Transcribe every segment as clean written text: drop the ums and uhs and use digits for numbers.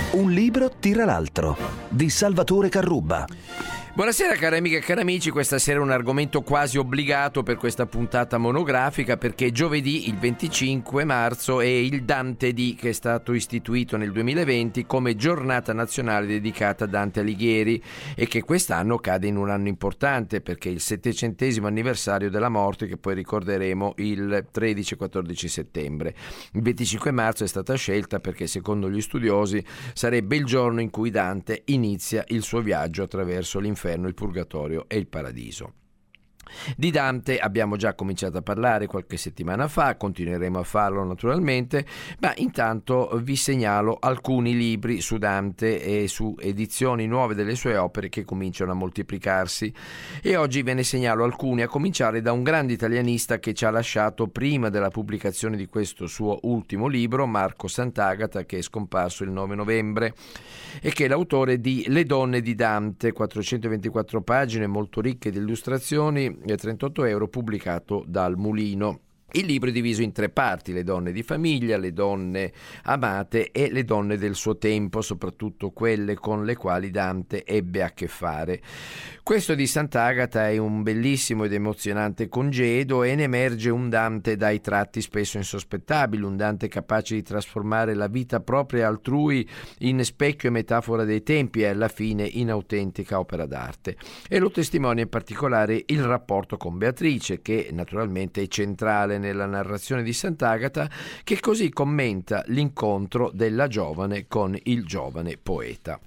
Un libro tira l'altro, di Salvatore Carrubba. Buonasera cari amiche e cari amici, questa sera un argomento quasi obbligato per questa puntata monografica, perché giovedì il 25 marzo è il Dante D, che è stato istituito nel 2020 come giornata nazionale dedicata a Dante Alighieri e che quest'anno cade in un anno importante perché è il 700° anniversario della morte, che poi ricorderemo il 13 e 14 settembre. Il 25 marzo è stata scelta perché secondo gli studiosi sarebbe il giorno in cui Dante inizia il suo viaggio attraverso l'inferno, il purgatorio e il paradiso. Di Dante abbiamo già cominciato a parlare qualche settimana fa, continueremo a farlo naturalmente, ma intanto vi segnalo alcuni libri su Dante e su edizioni nuove delle sue opere che cominciano a moltiplicarsi, e oggi ve ne segnalo alcuni, a cominciare da un grande italianista che ci ha lasciato prima della pubblicazione di questo suo ultimo libro, Marco Sant'Agata, che è scomparso il 9 novembre e che è l'autore di Le donne di Dante, 424 pagine molto ricche di illustrazioni, e 38 euro, pubblicato dal Mulino. Il libro è diviso in 3 parti: le donne di famiglia, le donne amate e le donne del suo tempo, soprattutto quelle con le quali Dante ebbe a che fare. Questo di Sant'Agata è un bellissimo ed emozionante congedo e ne emerge un Dante dai tratti spesso insospettabili, un Dante capace di trasformare la vita propria e altrui in specchio e metafora dei tempi e alla fine in autentica opera d'arte. E lo testimonia in particolare il rapporto con Beatrice, che naturalmente è centrale nella narrazione di Sant'Agata, che così commenta l'incontro della giovane con il giovane poeta.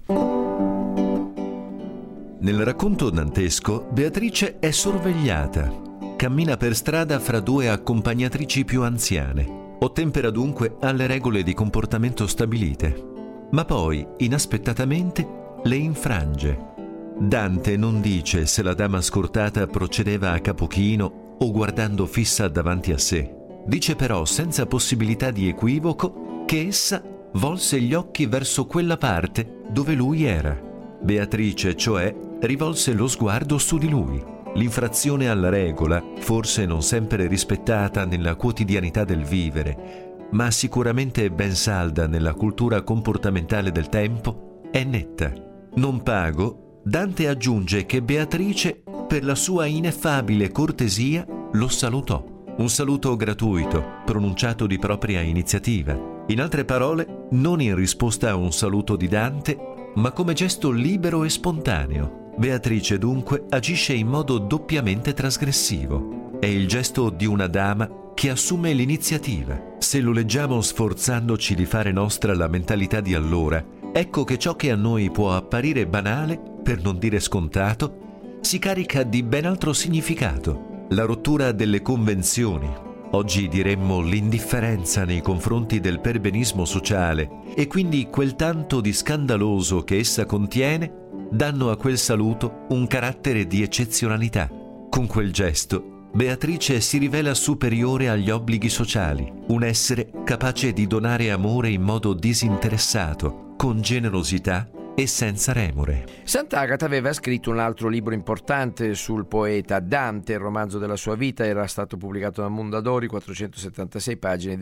Nel racconto dantesco, Beatrice è sorvegliata. Cammina per strada fra 2 accompagnatrici più anziane. Ottempera dunque alle regole di comportamento stabilite. Ma poi, inaspettatamente, le infrange. Dante non dice se la dama scortata procedeva a capo chino o guardando fissa davanti a sé. Dice però, senza possibilità di equivoco, che essa volse gli occhi verso quella parte dove lui era. Beatrice, cioè, rivolse lo sguardo su di lui. L'infrazione alla regola, forse non sempre rispettata nella quotidianità del vivere, ma sicuramente ben salda nella cultura comportamentale del tempo, è netta. Non pago, Dante aggiunge che Beatrice, per la sua ineffabile cortesia, lo salutò. Un saluto gratuito, pronunciato di propria iniziativa. In altre parole, non in risposta a un saluto di Dante, ma come gesto libero e spontaneo. Beatrice dunque agisce in modo doppiamente trasgressivo. È il gesto di una dama che assume l'iniziativa. Se lo leggiamo sforzandoci di fare nostra la mentalità di allora, ecco che ciò che a noi può apparire banale, per non dire scontato, si carica di ben altro significato. La rottura delle convenzioni, oggi diremmo l'indifferenza nei confronti del perbenismo sociale, e quindi quel tanto di scandaloso che essa contiene, danno a quel saluto un carattere di eccezionalità. Con quel gesto, Beatrice si rivela superiore agli obblighi sociali, un essere capace di donare amore in modo disinteressato, con generosità e senza remore. Sant'Agata aveva scritto un altro libro importante sul poeta Dante, il romanzo della sua vita, era stato pubblicato da Mondadori, 476 pagine,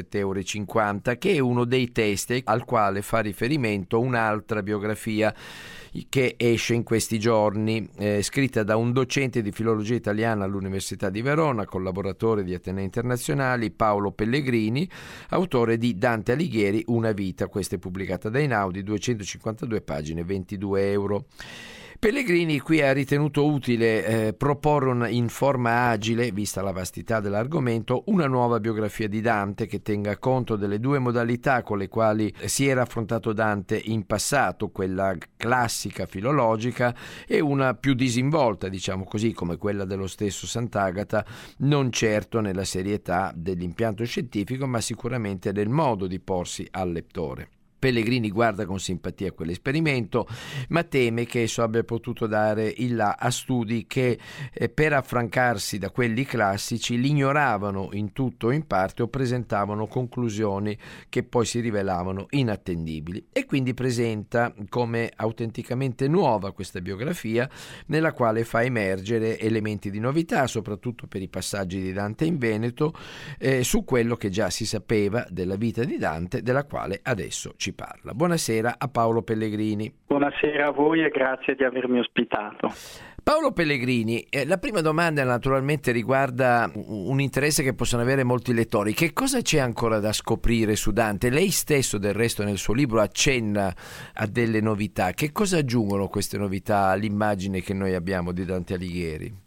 17,50 €, che è uno dei testi al quale fa riferimento un'altra biografia che esce in questi giorni, scritta da un docente di filologia italiana all'Università di Verona, collaboratore di Atenei Internazionali, Paolo Pellegrini, autore di Dante Alighieri, una vita. Questa è pubblicata da Einaudi, 252 pagine, 22 euro. Pellegrini qui ha ritenuto utile proporre in forma agile, vista la vastità dell'argomento, una nuova biografia di Dante che tenga conto delle 2 modalità con le quali si era affrontato Dante in passato, quella classica filologica e una più disinvolta, diciamo così, come quella dello stesso Sant'Agata, non certo nella serietà dell'impianto scientifico, ma sicuramente nel modo di porsi al lettore. Pellegrini guarda con simpatia quell'esperimento, ma teme che esso abbia potuto dare il là a studi che per affrancarsi da quelli classici li ignoravano in tutto o in parte o presentavano conclusioni che poi si rivelavano inattendibili, e quindi presenta come autenticamente nuova questa biografia, nella quale fa emergere elementi di novità, soprattutto per i passaggi di Dante in Veneto, su quello che già si sapeva della vita di Dante, della quale adesso ci parla. Buonasera a Paolo Pellegrini. Buonasera a voi e grazie di avermi ospitato. Paolo Pellegrini, la prima domanda naturalmente riguarda un interesse che possono avere molti lettori. Che cosa c'è ancora da scoprire su Dante? Lei stesso del resto nel suo libro accenna a delle novità. Che cosa aggiungono queste novità all'immagine che noi abbiamo di Dante Alighieri?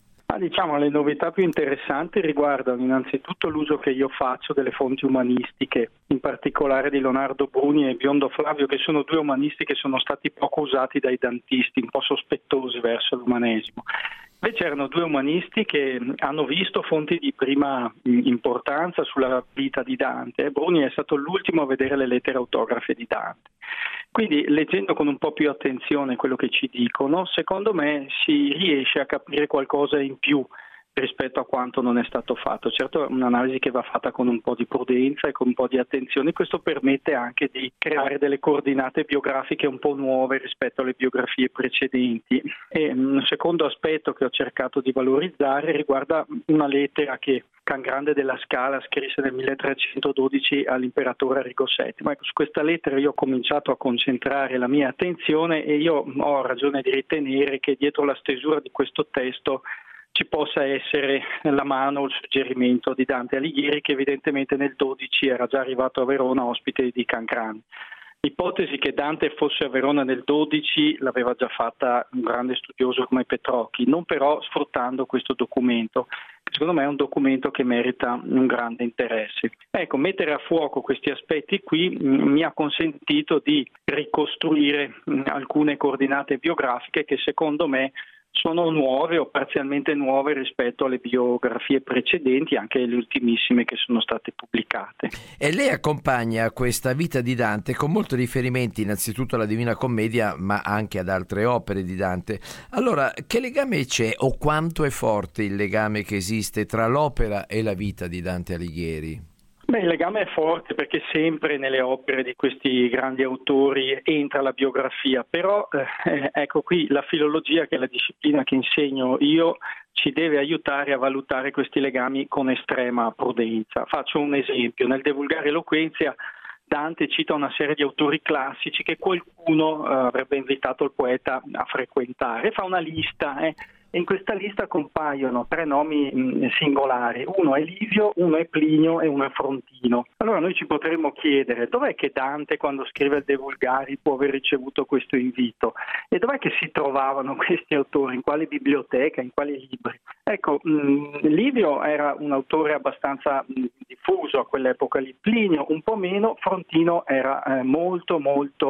Le novità più interessanti riguardano innanzitutto l'uso che io faccio delle fonti umanistiche, in particolare di Leonardo Bruni e Biondo Flavio, che sono due umanisti che sono stati poco usati dai dantisti, un po' sospettosi verso l'umanesimo. Invece erano due umanisti che hanno visto fonti di prima importanza sulla vita di Dante. Bruni è stato l'ultimo a vedere le lettere autografe di Dante. Quindi, leggendo con un po' più attenzione quello che ci dicono, secondo me si riesce a capire qualcosa in più rispetto a quanto non è stato fatto. Certo è un'analisi che va fatta con un po' di prudenza e con un po' di attenzione. Questo permette anche di creare delle coordinate biografiche un po' nuove rispetto alle biografie precedenti. E un secondo aspetto che ho cercato di valorizzare riguarda una lettera che Can Grande della Scala scrisse nel 1312 all'imperatore Arrigo VII. Su questa lettera io ho cominciato a concentrare la mia attenzione e io ho ragione di ritenere che dietro la stesura di questo testo ci possa essere la mano o il suggerimento di Dante Alighieri, che evidentemente nel 12 era già arrivato a Verona ospite di Can Grande. L'ipotesi che Dante fosse a Verona nel 12 l'aveva già fatta un grande studioso come Petrocchi, non però sfruttando questo documento. Secondo me è un documento che merita un grande interesse. Ecco, mettere a fuoco questi aspetti qui mi ha consentito di ricostruire alcune coordinate biografiche che secondo me sono nuove o parzialmente nuove rispetto alle biografie precedenti, anche le ultimissime che sono state pubblicate. E lei accompagna questa vita di Dante con molti riferimenti innanzitutto alla Divina Commedia, ma anche ad altre opere di Dante. Allora, che legame c'è o quanto è forte il legame che esiste tra l'opera e la vita di Dante Alighieri? Il legame è forte perché sempre nelle opere di questi grandi autori entra la biografia, però ecco qui la filologia, che è la disciplina che insegno io, ci deve aiutare a valutare questi legami con estrema prudenza. Faccio un esempio: nel De Vulgare Eloquentia Dante cita una serie di autori classici che qualcuno avrebbe invitato il poeta a frequentare, fa una lista e in questa lista compaiono tre nomi singolari: uno è Livio, uno è Plinio e uno è Frontino. Allora noi ci potremmo chiedere: dov'è che Dante, quando scrive il De Vulgari, può aver ricevuto questo invito? E dov'è che si trovavano questi autori? In quale biblioteca? In quali libri? Ecco, Livio era un autore abbastanza diffuso a quell'epoca lì, Plinio un po' meno, Frontino era molto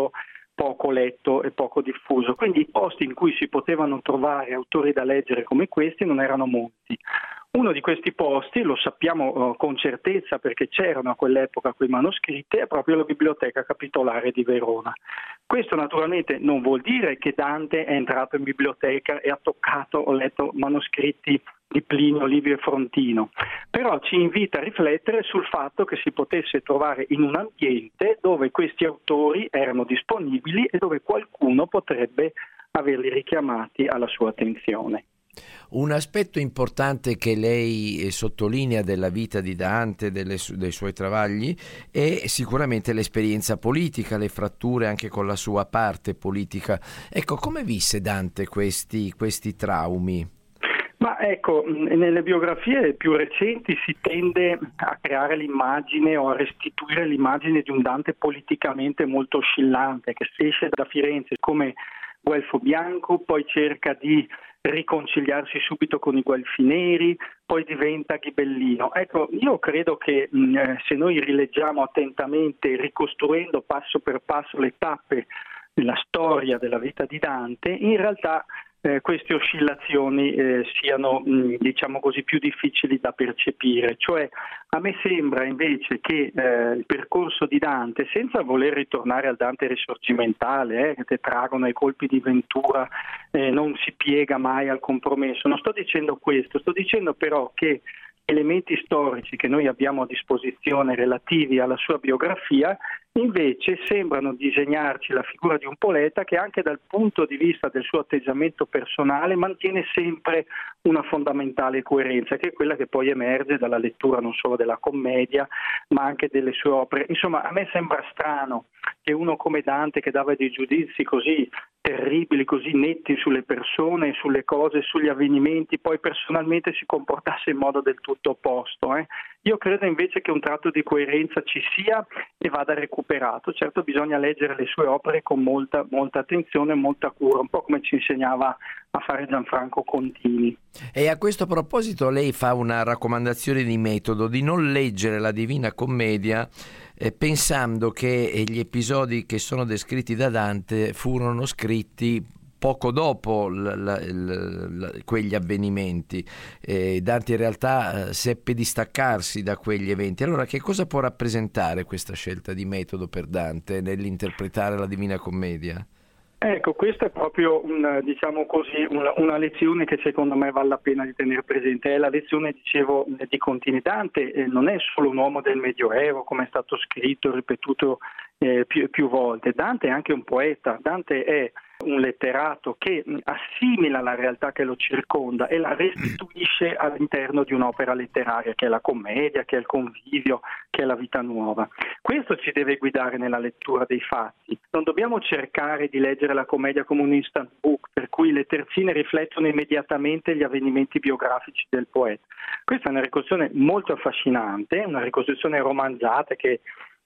poco letto e poco diffuso, quindi i posti in cui si potevano trovare autori da leggere come questi non erano molti. Uno di questi posti, lo sappiamo con certezza perché c'erano a quell'epoca quei manoscritti, è proprio la Biblioteca Capitolare di Verona. Questo naturalmente non vuol dire che Dante è entrato in biblioteca e ha toccato o letto manoscritti di Plinio, Livio e Frontino, però ci invita a riflettere sul fatto che si potesse trovare in un ambiente dove questi autori erano disponibili e dove qualcuno potrebbe averli richiamati alla sua attenzione. Un aspetto importante che lei sottolinea della vita di Dante, dei suoi travagli, è sicuramente l'esperienza politica, le fratture anche con la sua parte politica. Ecco, come visse Dante questi traumi? Ma ecco, nelle biografie più recenti si tende a creare l'immagine o a restituire l'immagine di un Dante politicamente molto oscillante, che esce da Firenze come guelfo bianco, poi cerca di riconciliarsi subito con i guelfi neri, poi diventa ghibellino. Ecco, io credo che se noi rileggiamo attentamente, ricostruendo passo per passo le tappe della storia della vita di Dante, in realtà queste oscillazioni siano, diciamo così, più difficili da percepire. Cioè, a me sembra invece che il percorso di Dante, senza voler ritornare al Dante risorgimentale, tetragono ai colpi di ventura, non si piega mai al compromesso, non sto dicendo questo, sto dicendo però che elementi storici che noi abbiamo a disposizione relativi alla sua biografia invece sembrano disegnarci la figura di un poeta che anche dal punto di vista del suo atteggiamento personale mantiene sempre una fondamentale coerenza, che è quella che poi emerge dalla lettura non solo della commedia ma anche delle sue opere. Insomma, a me sembra strano che uno come Dante, che dava dei giudizi così terribili, così netti sulle persone, sulle cose, sugli avvenimenti, poi personalmente si comportasse in modo del tutto opposto. Io credo invece che un tratto di coerenza ci sia e vada recuperato. Certo, bisogna leggere le sue opere con molta attenzione e molta cura, un po' come ci insegnava a fare Gianfranco Contini. E a questo proposito lei fa una raccomandazione di metodo, di non leggere la Divina Commedia pensando che gli episodi che sono descritti da Dante furono scritti poco dopo quegli avvenimenti. Dante in realtà seppe distaccarsi da quegli eventi. Allora, che cosa può rappresentare questa scelta di metodo per Dante nell'interpretare la Divina Commedia? Ecco, questa è proprio una lezione che secondo me vale la pena di tenere presente. È la lezione, dicevo, di Contini. Dante non è solo un uomo del Medioevo, come è stato scritto e ripetuto più volte. Dante è anche un poeta. Dante è un letterato che assimila la realtà che lo circonda e la restituisce all'interno di un'opera letteraria, che è la commedia, che è il convivio, che è la vita nuova. Questo ci deve guidare nella lettura dei fatti. Non dobbiamo cercare di leggere la commedia come un instant book, per cui le terzine riflettono immediatamente gli avvenimenti biografici del poeta. Questa è una ricostruzione molto affascinante, una ricostruzione romanzata che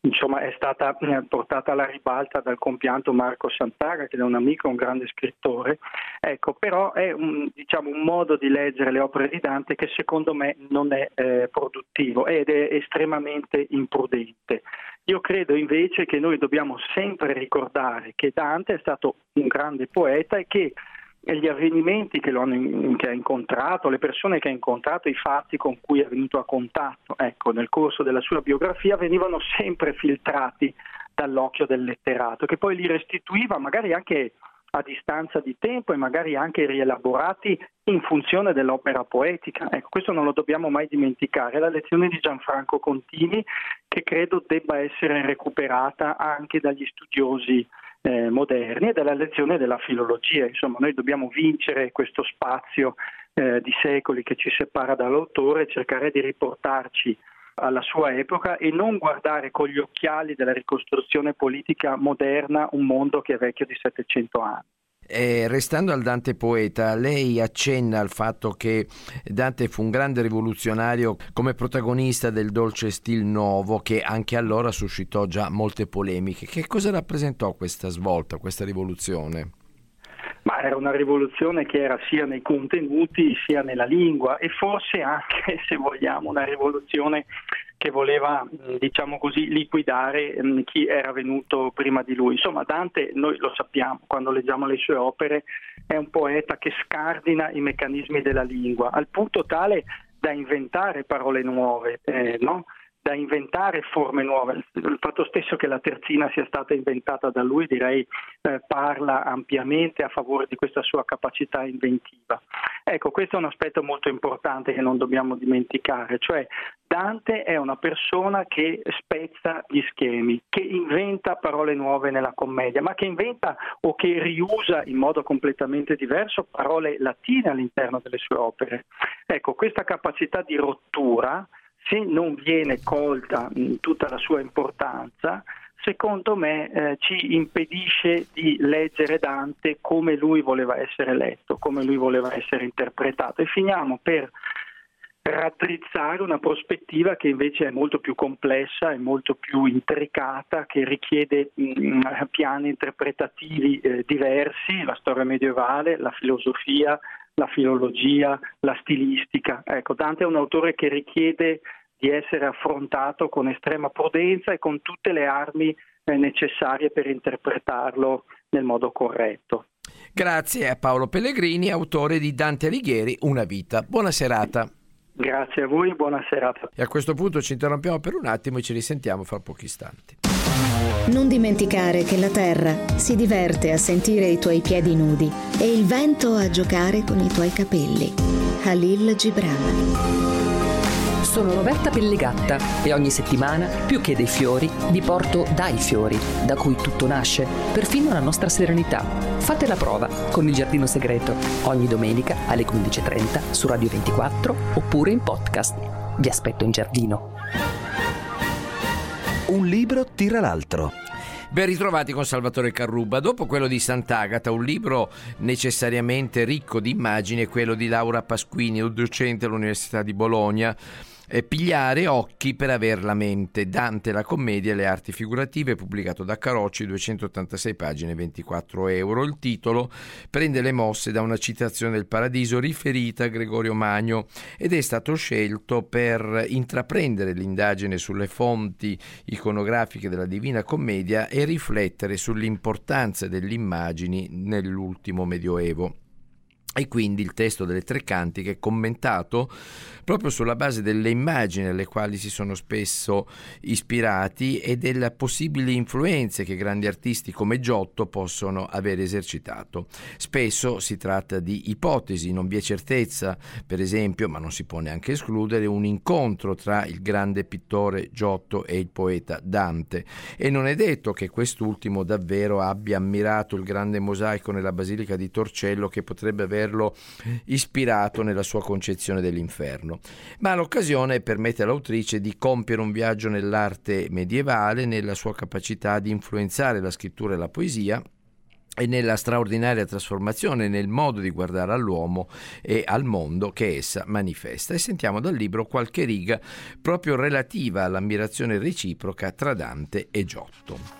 è stata portata alla ribalta dal compianto Marco Sant'Aga, che è un amico, un grande scrittore. Ecco, però è un modo di leggere le opere di Dante che secondo me non è produttivo ed è estremamente imprudente. Io credo invece che noi dobbiamo sempre ricordare che Dante è stato un grande poeta e che gli avvenimenti che ha incontrato, le persone che ha incontrato, i fatti con cui è venuto a contatto, nel corso della sua biografia venivano sempre filtrati dall'occhio del letterato, che poi li restituiva magari anche a distanza di tempo e magari anche rielaborati in funzione dell'opera poetica. Questo non lo dobbiamo mai dimenticare. È la lezione di Gianfranco Contini che credo debba essere recuperata anche dagli studiosi moderni e dalla lezione della filologia. Insomma, noi dobbiamo vincere questo spazio di secoli che ci separa dall'autore e cercare di riportarci alla sua epoca e non guardare con gli occhiali della ricostruzione politica moderna un mondo che è vecchio di 700 anni. Restando al Dante poeta, lei accenna al fatto che Dante fu un grande rivoluzionario come protagonista del dolce stil nuovo, che anche allora suscitò già molte polemiche. Che cosa rappresentò questa svolta, questa rivoluzione? Ma era una rivoluzione che era sia nei contenuti sia nella lingua e forse anche, se vogliamo, una rivoluzione che voleva, liquidare chi era venuto prima di lui. Insomma, Dante, noi lo sappiamo, quando leggiamo le sue opere, è un poeta che scardina i meccanismi della lingua, al punto tale da inventare parole nuove, da inventare forme nuove. Il fatto stesso che la terzina sia stata inventata da lui, direi, parla ampiamente a favore di questa sua capacità inventiva. Ecco, questo è un aspetto molto importante che non dobbiamo dimenticare, cioè Dante è una persona che spezza gli schemi, che inventa parole nuove nella commedia, ma che inventa o che riusa in modo completamente diverso parole latine all'interno delle sue opere. Ecco, questa capacità di rottura, se non viene colta in tutta la sua importanza, secondo me ci impedisce di leggere Dante come lui voleva essere letto, come lui voleva essere interpretato, e finiamo per raddrizzare una prospettiva che invece è molto più complessa e molto più intricata, che richiede piani interpretativi diversi, la storia medievale, la filosofia, la filologia, la stilistica. Ecco, Dante è un autore che richiede di essere affrontato con estrema prudenza e con tutte le armi necessarie per interpretarlo nel modo corretto. Grazie a Paolo Pellegrini, autore di Dante Alighieri, Una vita. Buona serata. Grazie a voi, buona serata. E a questo punto ci interrompiamo per un attimo e ci risentiamo fra pochi istanti. Non dimenticare che la terra si diverte a sentire i tuoi piedi nudi e il vento a giocare con i tuoi capelli. Khalil Gibran. Sono Roberta Pellegatta e ogni settimana, più che dei fiori, vi porto dai fiori, da cui tutto nasce, perfino la nostra serenità. Fate la prova con Il Giardino Segreto, ogni domenica alle 15:30 su Radio 24 oppure in podcast. Vi aspetto in giardino. Un libro tira l'altro. Ben ritrovati con Salvatore Carrubba. Dopo quello di Sant'Agata, un libro necessariamente ricco di immagini è quello di Laura Pasquini, docente all'Università di Bologna. Pigliare occhi per aver la mente, Dante, la commedia e le arti figurative, pubblicato da Carocci, 286 pagine, 24 euro. Il titolo prende le mosse da una citazione del Paradiso riferita a Gregorio Magno ed è stato scelto per intraprendere l'indagine sulle fonti iconografiche della Divina Commedia e riflettere sull'importanza delle immagini nell'ultimo Medioevo. E quindi il testo delle Tre Cantiche è commentato proprio sulla base delle immagini alle quali si sono spesso ispirati e delle possibili influenze che grandi artisti come Giotto possono aver esercitato. Spesso si tratta di ipotesi, non vi è certezza, per esempio, ma non si può neanche escludere, un incontro tra il grande pittore Giotto e il poeta Dante, e non è detto che quest'ultimo davvero abbia ammirato il grande mosaico nella Basilica di Torcello che potrebbe averlo ispirato nella sua concezione dell'inferno. Ma l'occasione permette all'autrice di compiere un viaggio nell'arte medievale, nella sua capacità di influenzare la scrittura e la poesia e nella straordinaria trasformazione nel modo di guardare all'uomo e al mondo che essa manifesta. E sentiamo dal libro qualche riga proprio relativa all'ammirazione reciproca tra Dante e Giotto.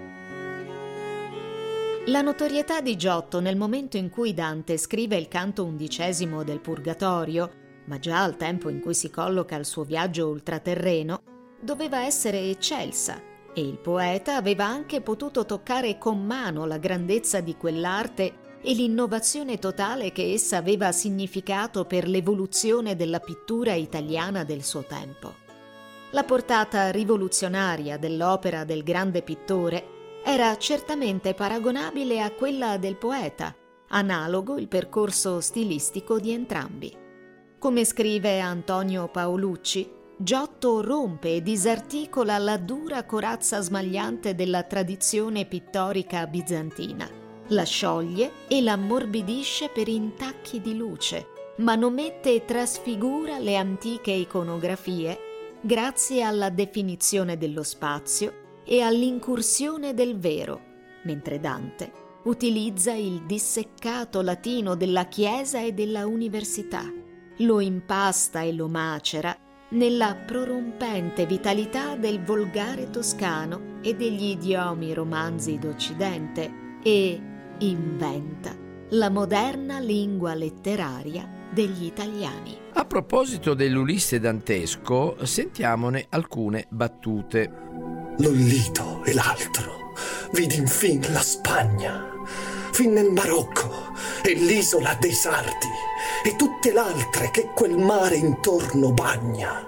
La notorietà di Giotto nel momento in cui Dante scrive il canto 11 del Purgatorio, ma già al tempo in cui si colloca al suo viaggio ultraterreno, doveva essere eccelsa, e il poeta aveva anche potuto toccare con mano la grandezza di quell'arte e l'innovazione totale che essa aveva significato per l'evoluzione della pittura italiana del suo tempo. La portata rivoluzionaria dell'opera del grande pittore era certamente paragonabile a quella del poeta, analogo il percorso stilistico di entrambi. Come scrive Antonio Paolucci, Giotto rompe e disarticola la dura corazza smagliante della tradizione pittorica bizantina, la scioglie e la ammorbidisce per intacchi di luce, manomette e trasfigura le antiche iconografie grazie alla definizione dello spazio e all'incursione del vero, mentre Dante utilizza il disseccato latino della Chiesa e della Università, lo impasta e lo macera nella prorompente vitalità del volgare toscano e degli idiomi romanzi d'Occidente e inventa la moderna lingua letteraria degli italiani. A proposito dell'Ulisse dantesco, sentiamone alcune battute. L'Ollito e l'altro, vidi infin la Spagna, fin nel Marocco e l'isola dei Sardi e tutte l'altre che quel mare intorno bagna.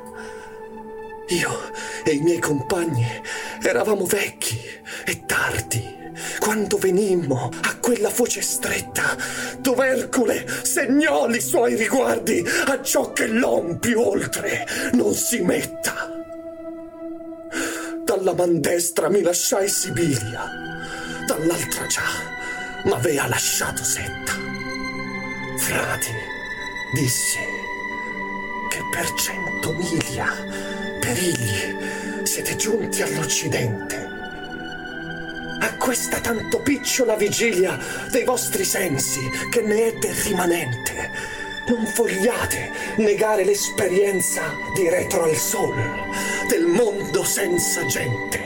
Io e i miei compagni eravamo vecchi e tardi quando venimmo a quella foce stretta dove Ercole segnò i suoi riguardi a ciò che l'om più oltre non si metta. Dalla man destra mi lasciai Sibilia, dall'altra già m'avea lasciato Setta. Frati, dissi, che per 100 miglia perigli siete giunti all'Occidente. A questa tanto picciola vigilia dei vostri sensi che ne è del rimanente, non vogliate negare l'esperienza di retro al sol, del mondo senza gente.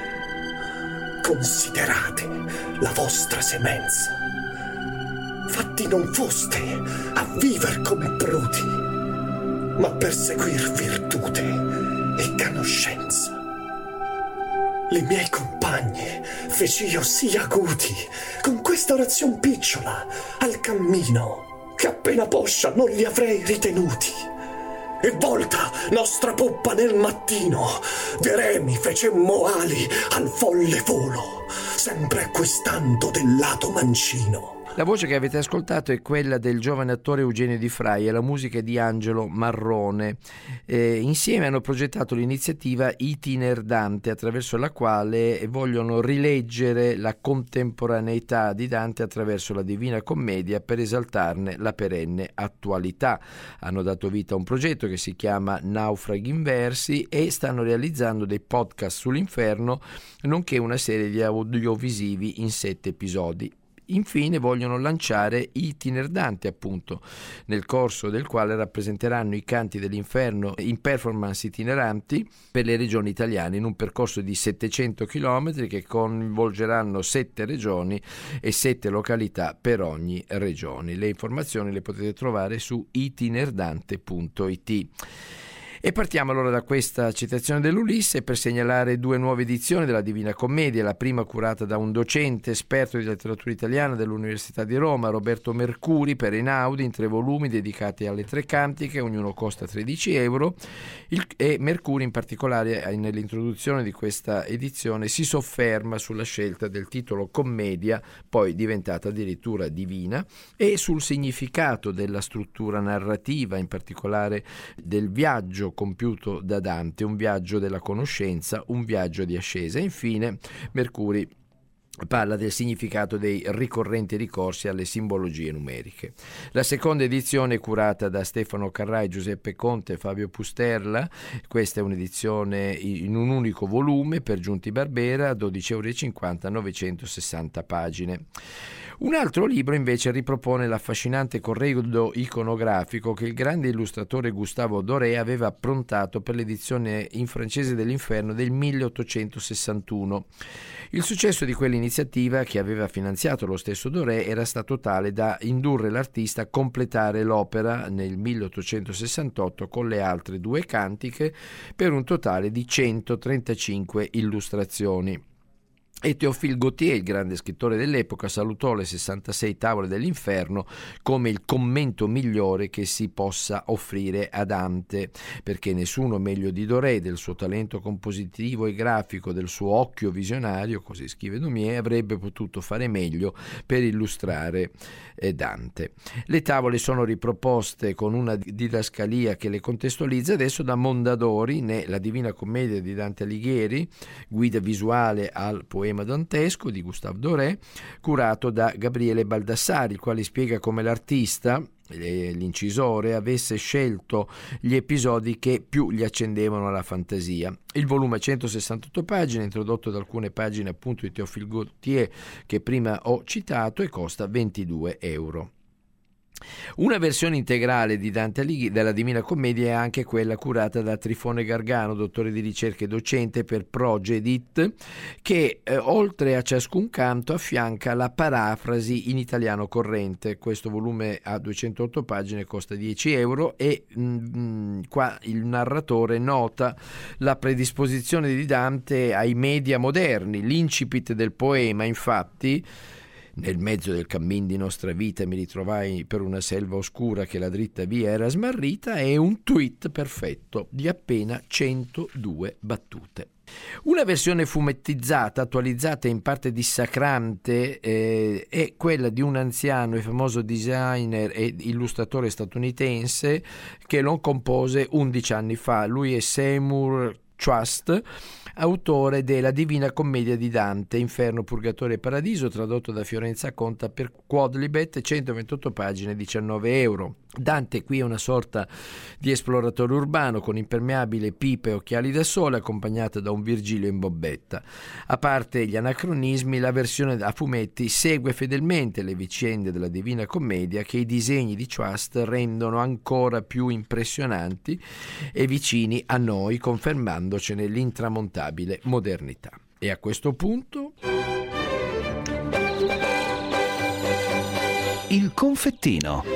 Considerate la vostra semenza. Fatti non foste a viver come bruti, ma per seguir virtute e conoscenza. Le miei compagne feci io sì acuti con questa orazione picciola al cammino, che appena poscia non li avrei ritenuti. E volta nostra poppa nel mattino, de remi fecemmo ali al folle volo, sempre acquistando del lato mancino, La voce che avete ascoltato è quella del giovane attore Eugenio Di Frai e la musica è di Angelo Marrone. Insieme hanno progettato l'iniziativa Itiner Dante, attraverso la quale vogliono rileggere la contemporaneità di Dante attraverso la Divina Commedia per esaltarne la perenne attualità. Hanno dato vita a un progetto che si chiama Naufraghi in Versi e stanno realizzando dei podcast sull'inferno, nonché una serie di audiovisivi in 7 episodi. Infine vogliono lanciare Itiner Dante, appunto, nel corso del quale rappresenteranno i canti dell'inferno in performance itineranti per le regioni italiane in un percorso di 700 km che coinvolgeranno 7 regioni e 7 località per ogni regione. Le informazioni le potete trovare su itinerdante.it. E partiamo allora da questa citazione dell'Ulisse per segnalare 2 nuove edizioni della Divina Commedia, la prima curata da un docente esperto di letteratura italiana dell'Università di Roma, Roberto Mercuri, per Einaudi, in 3 volumi dedicati alle 3 cantiche, ognuno costa 13 euro, e Mercuri in particolare nell'introduzione di questa edizione si sofferma sulla scelta del titolo Commedia, poi diventata addirittura divina, e sul significato della struttura narrativa, in particolare del viaggio compiuto da Dante, un viaggio della conoscenza, un viaggio di ascesa. E infine Mercuri parla del significato dei ricorrenti ricorsi alle simbologie numeriche. La seconda edizione è curata da Stefano Carrai, Giuseppe Conte e Fabio Pusterla. Questa è un'edizione in un unico volume per Giunti Barbera, 12,50 €, 960 pagine. Un altro libro invece ripropone l'affascinante corredo iconografico che il grande illustratore Gustave Doré aveva approntato per l'edizione in francese dell'Inferno del 1861. Il successo di quell'iniziativa, che aveva finanziato lo stesso Doré, era stato tale da indurre l'artista a completare l'opera nel 1868 con le altre 2 cantiche per un totale di 135 illustrazioni. E Théophile Gautier, il grande scrittore dell'epoca, salutò le 66 tavole dell'inferno come il commento migliore che si possa offrire a Dante, perché nessuno meglio di Doré, del suo talento compositivo e grafico, del suo occhio visionario, così scrive Daumier, avrebbe potuto fare meglio per illustrare Dante. Le tavole sono riproposte con una didascalia che le contestualizza adesso da Mondadori, La Divina Commedia di Dante Alighieri, guida visuale al poema dantesco di Gustave Doré, curato da Gabriele Baldassari, il quale spiega come l'artista, l'incisore, avesse scelto gli episodi che più gli accendevano la fantasia. Il volume ha 168 pagine, introdotto da alcune pagine appunto di Théophile Gautier che prima ho citato, e costa 22 euro. Una versione integrale di Dante Alighieri della Divina Commedia è anche quella curata da Trifone Gargano, dottore di ricerca e docente per Progedit, che oltre a ciascun canto affianca la parafrasi in italiano corrente. Questo volume ha 208 pagine, costa 10 euro, e qua il narratore nota la predisposizione di Dante ai media moderni. L'incipit del poema, infatti: nel mezzo del cammin di nostra vita mi ritrovai per una selva oscura che la dritta via era smarrita, è un tweet perfetto di appena 102 battute. Una versione fumettizzata, attualizzata e in parte dissacrante, è quella di un anziano e famoso designer e illustratore statunitense che lo compose 11 anni fa. Lui è Seymour Trust, autore della Divina Commedia di Dante, Inferno, Purgatorio e Paradiso, tradotto da Fiorenza Conta per Quadlibet, 128 pagine, 19 euro. Dante qui è una sorta di esploratore urbano con impermeabile, pipe e occhiali da sole, accompagnato da un Virgilio in bobbetta. A parte gli anacronismi, la versione a fumetti segue fedelmente le vicende della Divina Commedia, che i disegni di Trust rendono ancora più impressionanti e vicini a noi, confermandocene l'intramontabile modernità. E a questo punto il confettino.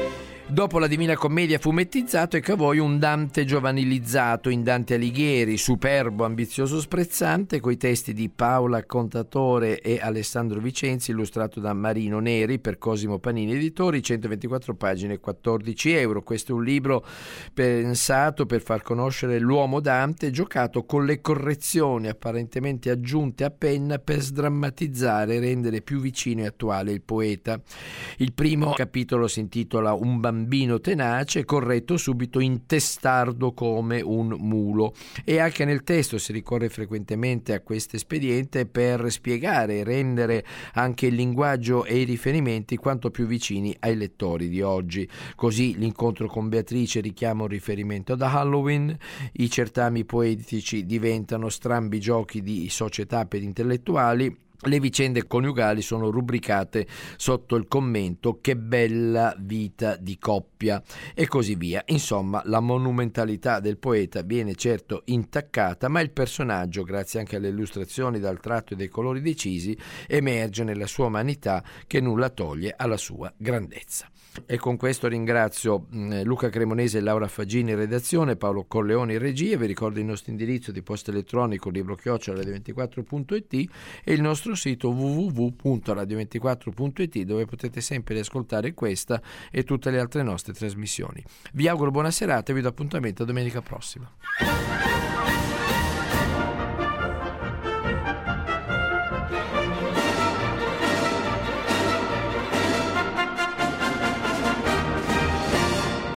Dopo la Divina Commedia fumettizzato, ecco a voi un Dante giovanilizzato in Dante Alighieri, superbo, ambizioso, sprezzante, coi testi di Paola Contatore e Alessandro Vicenzi, illustrato da Marino Neri per Cosimo Panini Editori, 124 pagine, 14 euro. Questo è un libro pensato per far conoscere l'uomo Dante, giocato con le correzioni apparentemente aggiunte a penna per sdrammatizzare e rendere più vicino e attuale il poeta. Il primo capitolo si intitola Un bambino tenace, corretto subito in testardo come un mulo, e anche nel testo si ricorre frequentemente a questo espediente per spiegare e rendere anche il linguaggio e i riferimenti quanto più vicini ai lettori di oggi. Così l'incontro con Beatrice richiama un riferimento ad Halloween, i certami poetici diventano strambi giochi di società per intellettuali, le vicende coniugali sono rubricate sotto il commento "che bella vita di coppia" e così via. Insomma, la monumentalità del poeta viene certo intaccata, ma il personaggio, grazie anche alle illustrazioni dal tratto e dei colori decisi, emerge nella sua umanità che nulla toglie alla sua grandezza. E con questo ringrazio Luca Cremonese e Laura Faggini in redazione, Paolo Corleoni in regia. Vi ricordo il nostro indirizzo di posta elettronico libro@radio24.it e il nostro sito www.radio24.it, dove potete sempre riascoltare questa e tutte le altre nostre trasmissioni. Vi auguro buona serata e vi do appuntamento a domenica prossima.